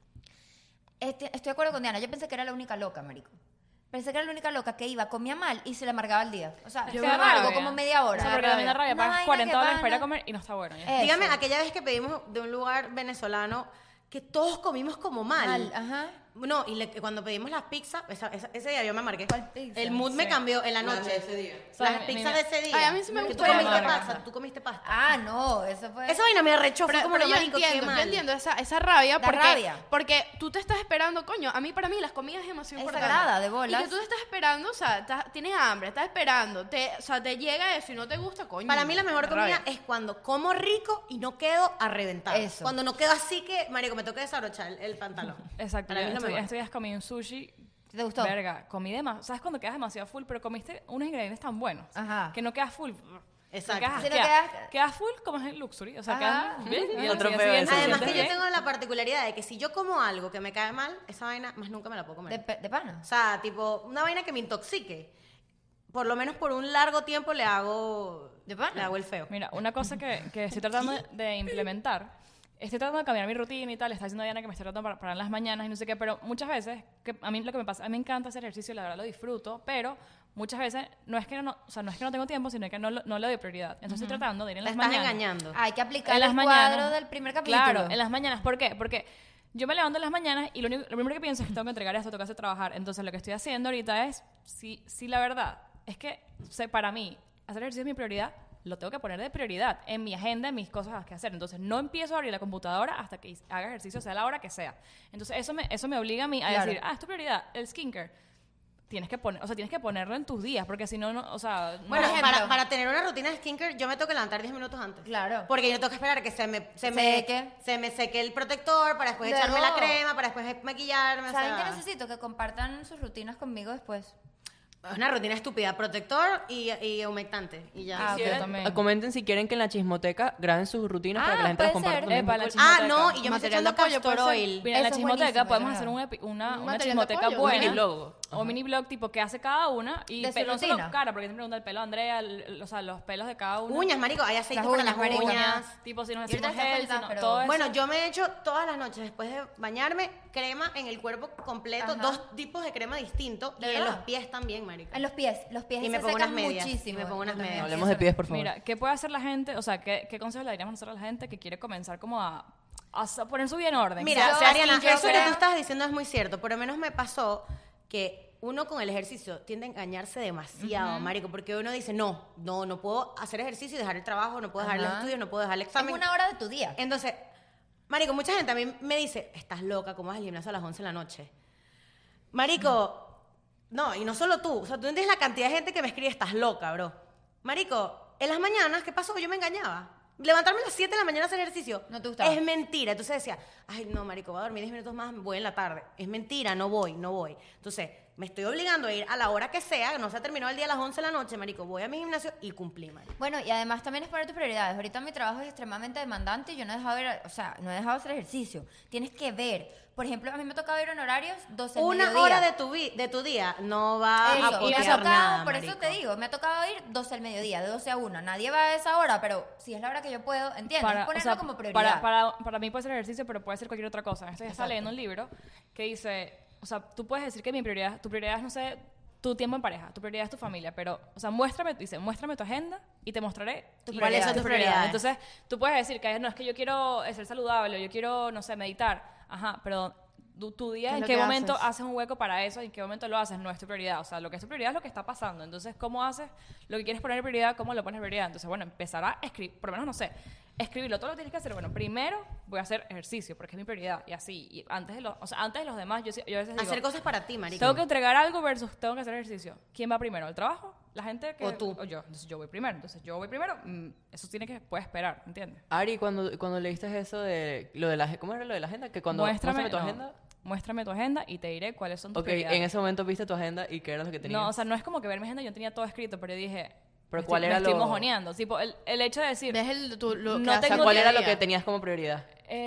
Speaker 3: estoy de acuerdo con Diana. Yo pensé que era la única loca, marico. Pensé que era la única loca que iba, comía mal y se le amargaba el día. O sea,
Speaker 5: Es
Speaker 3: se
Speaker 5: que da
Speaker 3: amargo
Speaker 5: rabia.
Speaker 3: como media hora.
Speaker 5: O sea, porque también da rabia.
Speaker 3: Una
Speaker 5: Pagas
Speaker 3: vaina que
Speaker 5: $40 para ir
Speaker 3: pana.
Speaker 5: a comer y no está bueno. ya.
Speaker 3: Eso.
Speaker 4: Dígame, aquella vez que pedimos de un lugar venezolano que todos comimos como mal.
Speaker 3: Mal, ajá.
Speaker 4: No, y cuando pedimos las pizzas, ese día yo me marqué.
Speaker 3: ¿Cuál pizza?
Speaker 4: El mood me cambió en la noche.
Speaker 1: ese día.
Speaker 4: Las
Speaker 5: ¿Sabes?
Speaker 4: pizzas de ese día.
Speaker 2: Ay, a mí sí me
Speaker 4: Que
Speaker 2: gustó
Speaker 4: tú
Speaker 2: la
Speaker 4: comiste
Speaker 2: pizza.
Speaker 4: pasta. Tú comiste pasta.
Speaker 3: Ah, no, eso fue...
Speaker 4: Esa vaina me arrechó. Fue
Speaker 2: Pero,
Speaker 4: como
Speaker 2: pero
Speaker 4: lo
Speaker 2: yo
Speaker 4: marico, qué
Speaker 2: entiendo,
Speaker 4: mal.
Speaker 2: yo entiendo esa rabia
Speaker 3: Da
Speaker 2: porque,
Speaker 3: rabia.
Speaker 2: porque tú te estás esperando, coño, para mí las comidas es demasiado
Speaker 3: Es
Speaker 2: importante.
Speaker 3: sagrada, de bolas.
Speaker 2: Y que tú te estás esperando, o sea, tienes hambre, estás esperando, o sea, te llega eso y no te gusta, coño.
Speaker 4: Para mí la mejor
Speaker 2: da
Speaker 4: comida
Speaker 2: rabia.
Speaker 4: es cuando como rico y no quedo a reventar.
Speaker 3: Eso.
Speaker 4: Cuando no quedo así que, marico, me toca desabrochar el pantalón.
Speaker 5: Exacto.
Speaker 4: Para mí
Speaker 5: Yo
Speaker 4: es lo mejor.
Speaker 5: estos días comí un sushi.
Speaker 3: ¿Te gustó?
Speaker 5: Verga, comí demasiado. ¿Sabes cuando quedas demasiado full? Pero comiste unos ingredientes tan buenos.
Speaker 3: Ajá.
Speaker 5: Que no quedas full.
Speaker 4: Exacto.
Speaker 5: Quedas,
Speaker 3: Sí, no
Speaker 5: quedas,
Speaker 3: quedas-
Speaker 5: quedas full como es el luxury. O sea,
Speaker 3: Ajá.
Speaker 5: quedas bien.
Speaker 1: Y
Speaker 5: al
Speaker 1: otro
Speaker 5: día
Speaker 1: peor,
Speaker 5: siguiente
Speaker 1: sí.
Speaker 4: Además
Speaker 5: te
Speaker 4: que yo
Speaker 5: sientes
Speaker 4: tengo la particularidad de que si yo como algo que me cae mal, esa vaina más nunca me la puedo comer.
Speaker 3: De pana.
Speaker 4: O sea, tipo, una vaina que me intoxique. Por lo menos por un largo tiempo le hago
Speaker 3: ¿De pana?
Speaker 4: le hago el feo.
Speaker 5: Mira, una cosa que estoy tratando de implementar, estoy tratando de cambiar mi rutina y tal, está diciendo Diana que me estoy tratando para en las mañanas y no sé qué, pero muchas veces, que a mí lo que me pasa, a mí me encanta hacer ejercicio y la verdad lo disfruto, pero muchas veces no es que no, o sea, no es que no tengo tiempo, sino que no le doy prioridad. Entonces estoy tratando de ir en
Speaker 4: Te
Speaker 5: las
Speaker 4: estás
Speaker 5: mañanas.
Speaker 4: engañando.
Speaker 3: Hay que aplicar
Speaker 5: En las
Speaker 3: el
Speaker 5: mañanas.
Speaker 3: cuadro del primer capítulo.
Speaker 5: Claro, en las mañanas. ¿Por qué? Porque yo me levanto en las mañanas y lo primero que pienso es que tengo que entregar esto, tengo que hacer trabajar. Entonces lo que estoy haciendo ahorita es, si la verdad es que para mí hacer ejercicio es mi prioridad, lo tengo que poner de prioridad en mi agenda, en mis cosas que hacer. Entonces, no empiezo a abrir la computadora hasta que haga ejercicio, sea la hora que sea. Entonces, eso me obliga a mí a
Speaker 3: Claro.
Speaker 5: decir, es tu prioridad, el skincare. Tienes que ponerlo en tus días, porque si no, o sea, no.
Speaker 4: Bueno,
Speaker 3: Por ejemplo.
Speaker 4: para tener una rutina de skincare, yo me tengo que levantar 10 minutos antes.
Speaker 3: Claro.
Speaker 4: Porque yo tengo que esperar a que
Speaker 3: Seque.
Speaker 4: se me seque el protector, para después
Speaker 3: Luego-
Speaker 4: echarme la crema, para después maquillarme. o
Speaker 3: ¿Saben
Speaker 4: sea,
Speaker 3: qué necesito? Que compartan sus rutinas conmigo después.
Speaker 4: Es una rutina estúpida, protector y humectante. Y ya.
Speaker 3: Ah, ok.
Speaker 1: Quieren-
Speaker 5: también.
Speaker 1: Comenten si quieren que en la chismoteca graben sus rutinas para que la gente las
Speaker 3: puede
Speaker 1: comparta
Speaker 3: ser.
Speaker 1: también.
Speaker 5: Epa, la
Speaker 1: Pues,
Speaker 5: chismoteca.
Speaker 4: No, y yo me estoy
Speaker 2: Material
Speaker 4: echando
Speaker 2: de apoyo,
Speaker 4: castor
Speaker 2: puede ser.
Speaker 4: oil.
Speaker 5: Mira, en la
Speaker 3: Eso es
Speaker 5: chismoteca
Speaker 3: buenísimo,
Speaker 5: podemos
Speaker 3: es
Speaker 5: hacer
Speaker 3: verdad.
Speaker 5: una
Speaker 2: material de
Speaker 5: chismoteca
Speaker 2: apoyo,
Speaker 5: buena.
Speaker 1: mini blog.
Speaker 5: O mini blog tipo que hace cada una. Y
Speaker 3: De su
Speaker 5: no solo
Speaker 3: rutina.
Speaker 5: cara, porque siempre pregunta el pelo de Andrea, o sea, los pelos de cada una.
Speaker 4: Uñas, marico, hay aceite
Speaker 3: Las
Speaker 4: para
Speaker 3: uñas,
Speaker 4: las
Speaker 3: marico.
Speaker 4: uñas.
Speaker 5: Tipo, si nos
Speaker 3: Y ahorita
Speaker 5: decimos
Speaker 3: está
Speaker 5: gel,
Speaker 3: falta,
Speaker 5: si no-
Speaker 3: pero-
Speaker 5: todo eso.
Speaker 4: Bueno, yo me he hecho todas las noches, después de bañarme, crema en el cuerpo completo,
Speaker 3: Ajá.
Speaker 4: 2 tipos de crema distintos,
Speaker 3: ¿De
Speaker 4: y en
Speaker 3: verdad?
Speaker 4: los pies también, marico.
Speaker 3: En los pies
Speaker 4: Y me
Speaker 3: se
Speaker 4: pongo unas
Speaker 3: secan
Speaker 4: medias,
Speaker 3: muchísimo.
Speaker 4: y me pongo unas
Speaker 3: Yo también.
Speaker 4: medias.
Speaker 1: Hablemos de pies, por favor.
Speaker 5: Mira, ¿qué puede hacer la gente? O sea, ¿qué consejos le daríamos nosotros a la gente que quiere comenzar como a poner su vida en orden?
Speaker 4: Mira,
Speaker 3: Yo,
Speaker 4: Ariana,
Speaker 3: skincare,
Speaker 4: eso que
Speaker 3: creo-
Speaker 4: tú estás diciendo es muy cierto. Por lo menos me pasó que uno con el ejercicio tiende a engañarse demasiado, marico, porque uno dice, no puedo hacer ejercicio y dejar el trabajo, no puedo dejar el
Speaker 3: Ajá.
Speaker 4: estudio, no puedo dejar el
Speaker 3: Es
Speaker 4: examen.
Speaker 3: una hora de tu día.
Speaker 4: Entonces, marico, mucha gente a mí me dice, estás loca, ¿cómo vas al gimnasio a las 11 de la noche? Marico, no, y no solo tú, o sea, tú no entiendes la cantidad de gente que me escribe, estás loca, bro. Marico, en las mañanas, ¿qué pasó? Yo me engañaba. Levantarme a las 7 de la mañana a hacer ejercicio.
Speaker 3: No te gustaba.
Speaker 4: Es mentira. Entonces decía, ay, no, marico, voy a dormir 10 minutos más, voy en la tarde. Es mentira, no voy. Entonces, me estoy obligando a ir a la hora que sea, no se ha terminado el día a las 11 de la noche, marico. Voy a mi gimnasio y cumplí, marico.
Speaker 3: Bueno, y además también es poner tus prioridades. Ahorita mi trabajo es extremadamente demandante y yo no he dejado ver, o sea, no he dejado hacer ejercicio. Tienes que ver. Por ejemplo, a mí me ha tocado ir en horarios 12 al
Speaker 4: Una
Speaker 3: mediodía.
Speaker 4: hora de tu día no va a
Speaker 3: Eso, y me ha
Speaker 4: postear
Speaker 3: tocado,
Speaker 4: nada,
Speaker 3: por
Speaker 4: marico.
Speaker 3: eso te digo, me ha tocado ir 12 al mediodía, de 12 a 1. Nadie va a esa hora, pero si es la hora que yo puedo, ¿entiendes?
Speaker 5: o
Speaker 3: Ponerlo
Speaker 5: sea,
Speaker 3: como prioridad.
Speaker 5: para mí puede ser ejercicio, pero puede ser cualquier otra cosa. Estoy está leyendo un libro que dice, o sea, tú puedes decir que tu prioridad es, no sé, tu tiempo en pareja, tu prioridad es tu familia, pero, o sea, muéstrame tu agenda y te mostraré
Speaker 4: ¿Cuáles son tus prioridades?
Speaker 5: Entonces, tú puedes decir que no, es que yo quiero ser saludable, o yo quiero, no sé, meditar. Ajá, pero tu día,
Speaker 2: ¿Qué es
Speaker 5: ¿en
Speaker 2: lo
Speaker 5: qué
Speaker 2: que
Speaker 5: momento
Speaker 2: haces?
Speaker 5: haces un hueco para eso? ¿En qué momento lo haces? No es tu prioridad. O sea, lo que es tu prioridad es lo que está pasando. Entonces, ¿cómo haces lo que quieres poner en prioridad? ¿Cómo lo pones en prioridad? Entonces, bueno, empezar a escribir, por lo menos, no sé, escribirlo. Todo lo que tienes que hacer. Bueno, primero voy a hacer ejercicio porque es mi prioridad. Y así, y antes de los demás, yo a veces digo,
Speaker 4: Hacer cosas para ti, marico.
Speaker 5: tengo que entregar algo versus tengo que hacer ejercicio. ¿Quién va primero? ¿El trabajo? ¿La gente que...?
Speaker 4: O tú.
Speaker 5: O yo. Entonces, yo voy primero. Eso puede esperar, ¿entiendes?
Speaker 1: Ari, cuando leíste eso de lo de la ¿cómo era lo de la agenda? Que cuando muéstrame tu
Speaker 5: no,
Speaker 1: agenda.
Speaker 5: Muéstrame tu agenda y te diré cuáles son tus
Speaker 1: Ok,
Speaker 5: prioridades.
Speaker 1: en ese momento viste tu agenda y qué era lo que tenías.
Speaker 5: No, o sea, no es como que ver mi agenda, yo tenía todo escrito, pero yo dije...
Speaker 1: Pero
Speaker 5: me
Speaker 1: ¿cuál
Speaker 5: estoy,
Speaker 1: era
Speaker 5: me estoy
Speaker 1: lo-
Speaker 5: mojoneando. Tipo, el hecho de decir...
Speaker 2: ¿Ves lo
Speaker 5: No
Speaker 2: que haces
Speaker 5: tengo
Speaker 1: ¿Cuál era
Speaker 2: día a
Speaker 1: lo que
Speaker 2: día?
Speaker 1: tenías como prioridad?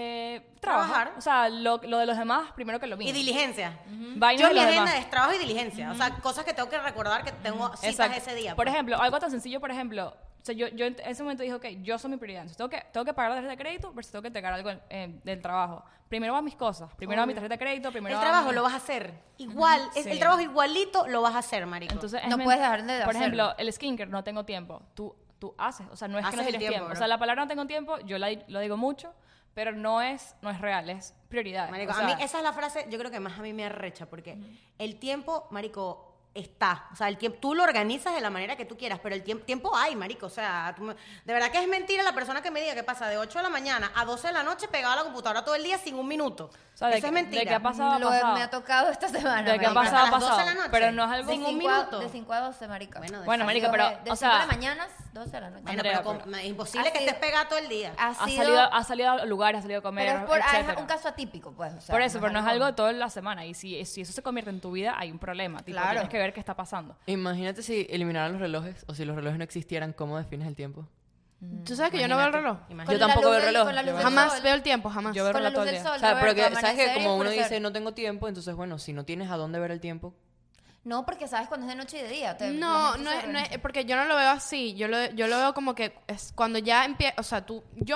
Speaker 5: Trabajar. O sea, lo de los demás primero que lo mío.
Speaker 4: Y diligencia.
Speaker 5: Vainas
Speaker 4: Yo
Speaker 5: de
Speaker 4: mi
Speaker 5: los
Speaker 4: agenda
Speaker 5: demás.
Speaker 4: es trabajo y diligencia. O sea, cosas que tengo que recordar que tengo citas
Speaker 5: Exacto.
Speaker 4: ese día.
Speaker 5: Por
Speaker 4: pues.
Speaker 5: ejemplo, algo tan sencillo, por ejemplo, o sea, yo en ese momento dije, ok, yo soy mi prioridad. Entonces tengo que pagar la tarjeta de crédito versus tengo que entregar algo del trabajo. Primero van mis cosas. Primero va mi tarjeta de crédito, primero
Speaker 4: El
Speaker 5: va
Speaker 4: trabajo
Speaker 5: mi-
Speaker 4: lo vas a hacer igual.
Speaker 5: Sí.
Speaker 4: El trabajo igualito lo vas a hacer, marico.
Speaker 5: Entonces,
Speaker 3: No puedes dejar de
Speaker 5: Por
Speaker 3: hacerlo.
Speaker 5: ejemplo, el skincare, no tengo tiempo. Tú haces. O sea, no es que
Speaker 4: Haces
Speaker 5: no
Speaker 4: el
Speaker 5: tienes
Speaker 4: tiempo,
Speaker 5: tiempo. O
Speaker 4: bro.
Speaker 5: sea, la palabra no tengo tiempo, yo lo digo mucho, pero no es real, es prioridad.
Speaker 4: Marico,
Speaker 5: O
Speaker 4: a mí
Speaker 5: sea,
Speaker 4: esa es la frase, yo creo que más a mí me arrecha, porque el tiempo, marico, está. O sea, el tiempo, tú lo organizas de la manera que tú quieras, pero el tiempo hay, marico. O sea, de verdad que es mentira la persona que me diga que pasa de 8 de la mañana a 12 de la noche pegado a la computadora todo el día sin un minuto.
Speaker 5: o sea,
Speaker 4: Eso es mentira.
Speaker 5: De que ha pasado, ha pasado.
Speaker 3: Me ha tocado esta semana.
Speaker 5: De que ha
Speaker 3: marica.
Speaker 5: pasado, ha
Speaker 4: Hasta las 12 de la
Speaker 5: pasado.
Speaker 4: noche.
Speaker 5: Pero no es algo...
Speaker 4: Sin un
Speaker 3: cinco a-
Speaker 4: minuto.
Speaker 3: De 5 a 12, marica.
Speaker 5: Bueno, marica, pero,
Speaker 3: De
Speaker 5: o
Speaker 3: 5
Speaker 5: sea-
Speaker 3: de la mañana, 12 de la noche.
Speaker 4: Bueno,
Speaker 5: Andrea,
Speaker 4: pero es imposible que
Speaker 3: ha sido-
Speaker 4: estés pegado todo el día.
Speaker 3: Ha
Speaker 5: Ha
Speaker 3: sido...
Speaker 5: salido a lugares, ha salido a comer,
Speaker 3: Pero es
Speaker 5: etcétera.
Speaker 3: un caso atípico, pues. O sea,
Speaker 5: Por eso, pero no es algo de
Speaker 3: algo...
Speaker 5: toda la semana. Y si eso se convierte en tu vida, hay un problema. Tipo,
Speaker 3: Claro.
Speaker 5: tienes que ver qué está pasando.
Speaker 1: Imagínate si eliminaran los relojes o si los relojes no existieran, ¿cómo defines el tiempo?
Speaker 2: ¿Tú sabes que yo no veo el reloj?
Speaker 4: Imagínate.
Speaker 1: Yo tampoco veo el reloj.
Speaker 3: Con la luz del
Speaker 2: Jamás
Speaker 3: sol.
Speaker 2: veo el tiempo, jamás.
Speaker 5: Yo veo
Speaker 3: Con la
Speaker 5: reloj todo
Speaker 3: luz
Speaker 5: el
Speaker 3: del
Speaker 5: día.
Speaker 3: sol.
Speaker 1: O sea,
Speaker 3: yo
Speaker 1: pero
Speaker 3: veo
Speaker 1: que, ¿sabes
Speaker 3: amanecer
Speaker 1: que
Speaker 3: y
Speaker 1: como uno
Speaker 3: oscurecer.
Speaker 1: dice no tengo tiempo, entonces bueno, si no tienes a dónde ver el tiempo,
Speaker 3: No, porque sabes cuando es de noche y de día.
Speaker 2: No, no es, porque yo no lo veo así. Yo lo veo como que es cuando ya empieza, o sea,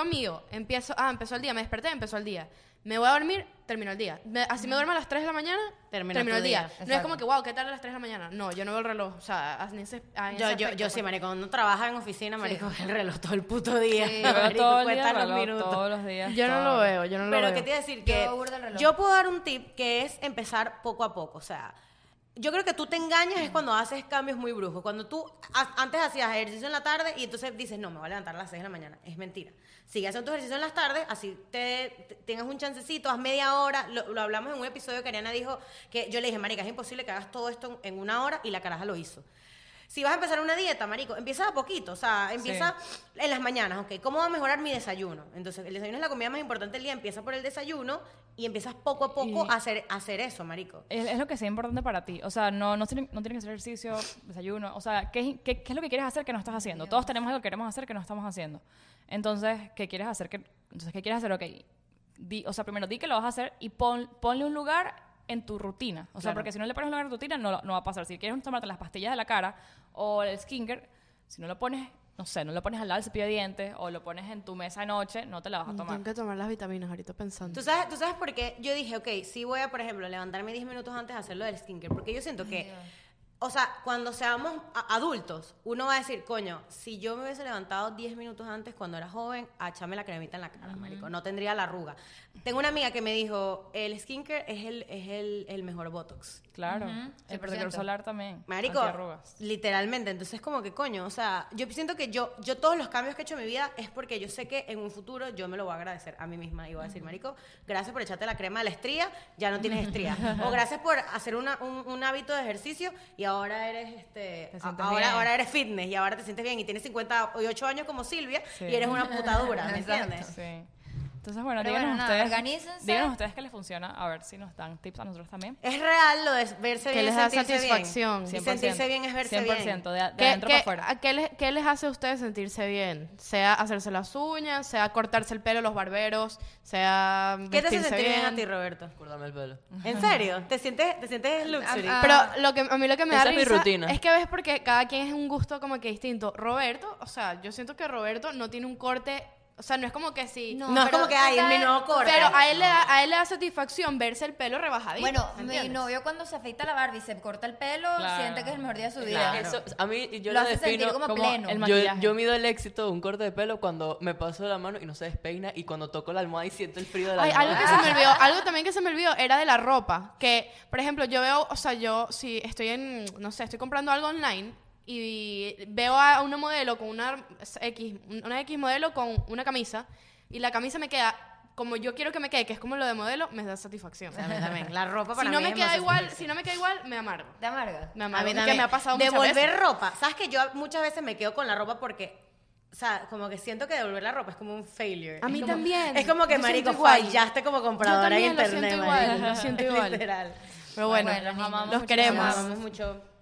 Speaker 2: empezó el día, me desperté, empezó el día. Me voy a dormir, terminó el día. Así me duermo a las 3 de la mañana,
Speaker 4: Terminó
Speaker 2: terminó
Speaker 4: tu
Speaker 2: el día.
Speaker 4: día.
Speaker 2: No es
Speaker 3: Exacto.
Speaker 2: como que, wow, ¿qué tal a las 3 de la mañana? No, yo no veo el reloj. O sea, en ese
Speaker 4: Yo
Speaker 2: aspecto,
Speaker 4: sí,
Speaker 2: pues.
Speaker 4: marico, cuando uno trabaja en oficina, marico, el reloj todo el puto día.
Speaker 3: Sí.
Speaker 5: Yo veo
Speaker 4: marico,
Speaker 5: todo el
Speaker 4: cuenta
Speaker 5: día
Speaker 4: los
Speaker 5: reloj,
Speaker 4: minutos.
Speaker 5: todos los días.
Speaker 2: Yo no
Speaker 5: todo.
Speaker 2: lo veo, yo no lo
Speaker 4: Pero
Speaker 2: veo.
Speaker 4: que te iba a decir
Speaker 3: Yo
Speaker 4: que
Speaker 3: burda el reloj.
Speaker 4: yo puedo dar un tip que es empezar poco a poco. O sea, yo creo que tú te engañas es cuando haces cambios muy bruscos. Cuando tú antes hacías ejercicio en la tarde y entonces dices, no, me voy a levantar a las 6 de la mañana. Es mentira. Sigue haciendo tu ejercicio en las tardes, así tengas un chancecito, haz media hora. Lo hablamos en un episodio que Ariana dijo que yo le dije, marica, es imposible que hagas todo esto en una hora, y la caraja lo hizo. Si vas a empezar una dieta, marico, empieza a poquito, o sea, empieza en las mañanas, ¿ok? ¿Cómo va a mejorar mi desayuno? Entonces, el desayuno es la comida más importante del día, empieza por el desayuno y empiezas poco a poco a hacer eso, marico.
Speaker 5: Es lo que sea importante para ti. O sea, no tiene que ser ejercicio, desayuno. O sea, ¿qué es lo que quieres hacer que no estás haciendo? Todos tenemos algo que queremos hacer que no estamos haciendo. Entonces, ¿qué quieres hacer? ¿Qué quieres hacer? Ok, primero di que lo vas a hacer y ponle un lugar en tu rutina. O sea, porque si no le pones un lugar en tu rutina, no va a pasar. Si quieres tomarte las pastillas de la cara o el skincare, si no lo pones, no sé, no lo pones al lado del cepillo de dientes o lo pones en tu mesa de noche, no te la vas a tomar.
Speaker 2: Tengo que tomar las vitaminas ahorita pensando.
Speaker 4: ¿Tú sabes por qué? Yo dije, ok, sí voy a, por ejemplo, levantarme 10 minutos antes a hacer lo del skincare, porque yo siento que, o sea, cuando seamos adultos, uno va a decir, coño, si yo me hubiese levantado 10 minutos antes cuando era joven, a echarme la cremita en la cara, marico, no tendría la arruga. Tengo una amiga que me dijo, el skincare es el mejor Botox.
Speaker 5: Claro. El
Speaker 3: 100%.
Speaker 5: protector solar también.
Speaker 4: Marico,
Speaker 5: Antiarrugas.
Speaker 4: literalmente. Entonces, como que coño, o sea, yo siento que yo todos los cambios que he hecho en mi vida es porque yo sé que en un futuro yo me lo voy a agradecer a mí misma y voy a decir, marico, gracias por echarte la crema de la estría, ya no tienes estría. O gracias por hacer un hábito de ejercicio y ahora eres ahora eres fitness y ahora te sientes bien y tienes 58 años como Silvia y eres una putadura, ¿me entiendes?
Speaker 5: Sí. Entonces, bueno,
Speaker 3: Pero
Speaker 5: díganos
Speaker 3: bueno,
Speaker 5: ustedes.
Speaker 3: organícense.
Speaker 5: Díganos ustedes qué les funciona. A ver si nos dan tips a nosotros también.
Speaker 4: Es real lo de verse
Speaker 2: Que
Speaker 4: bien,
Speaker 2: les da
Speaker 4: sentirse
Speaker 2: satisfacción.
Speaker 4: bien. Y sentirse bien es verse
Speaker 5: 100%,
Speaker 4: bien.
Speaker 5: de adentro para afuera.
Speaker 2: ¿Qué les hace a ustedes sentirse bien? Sea hacerse las uñas, sea cortarse el pelo, los barberos, sea
Speaker 4: ¿Qué te hace
Speaker 2: vestirse
Speaker 4: sentir bien a ti, Roberto?
Speaker 1: Cortarme el pelo.
Speaker 4: ¿En serio? ¿Te sientes luxury?
Speaker 2: Pero a mí lo que me da
Speaker 1: Esa es mi
Speaker 2: risa
Speaker 1: rutina.
Speaker 2: es que ves porque cada quien es un gusto como que distinto. Roberto, o sea, yo siento que Roberto no tiene un corte, o sea, no es como que si...
Speaker 4: No es
Speaker 3: pero
Speaker 4: como que, ay, es mi
Speaker 3: ¿sabes?
Speaker 4: nuevo corte.
Speaker 2: Pero a él le da satisfacción verse el pelo rebajadito.
Speaker 3: Bueno,
Speaker 2: ¿me
Speaker 3: mi
Speaker 2: entiendes?
Speaker 3: novio cuando se afeita la barba y se corta el pelo,
Speaker 5: Claro.
Speaker 3: siente que es el mejor día de su vida.
Speaker 5: Claro.
Speaker 1: Eso, a mí, yo
Speaker 3: Lo
Speaker 1: lo
Speaker 3: hace sentir
Speaker 1: defino
Speaker 3: como
Speaker 5: como
Speaker 3: pleno.
Speaker 5: el
Speaker 1: yo,
Speaker 5: maquillaje.
Speaker 1: yo mido el éxito de un corte de pelo cuando me paso la mano y no se despeina y cuando toco la almohada y siento el frío de la
Speaker 2: Ay,
Speaker 1: almohada.
Speaker 2: algo que se me olvidó, algo también que se me olvidó era de la ropa. Que, por ejemplo, yo veo, o sea, yo si estoy estoy comprando algo online y veo a una modelo con una X modelo con una camisa y la camisa me queda como yo quiero que me quede, que es como lo de modelo, me da satisfacción.
Speaker 4: A mí también. La ropa para
Speaker 2: Si no
Speaker 4: mí
Speaker 2: me
Speaker 4: es
Speaker 2: queda
Speaker 4: más
Speaker 2: igual,
Speaker 4: sentirse.
Speaker 2: si no me queda igual, me amargo.
Speaker 3: ¿Te amarga?
Speaker 2: Me
Speaker 4: A
Speaker 2: amargo.
Speaker 4: mí
Speaker 2: Que
Speaker 4: también.
Speaker 2: me ha pasado muchas
Speaker 4: Devolver
Speaker 2: veces.
Speaker 4: ropa. ¿Sabes que yo muchas veces me quedo con la ropa porque, o sea, como que siento que devolver la ropa es como un failure.
Speaker 2: A mí
Speaker 4: Es como-
Speaker 2: también.
Speaker 4: Es como que,
Speaker 2: Yo
Speaker 4: marico,
Speaker 2: siento igual.
Speaker 4: fallaste como compradora
Speaker 2: Yo
Speaker 4: en
Speaker 2: también lo
Speaker 4: internet,
Speaker 2: siento igual,
Speaker 4: marico.
Speaker 2: lo siento igual.
Speaker 4: Literal.
Speaker 2: Pero bueno,
Speaker 3: Bueno,
Speaker 2: los
Speaker 3: niños.
Speaker 2: queremos.
Speaker 4: Amamos mucho.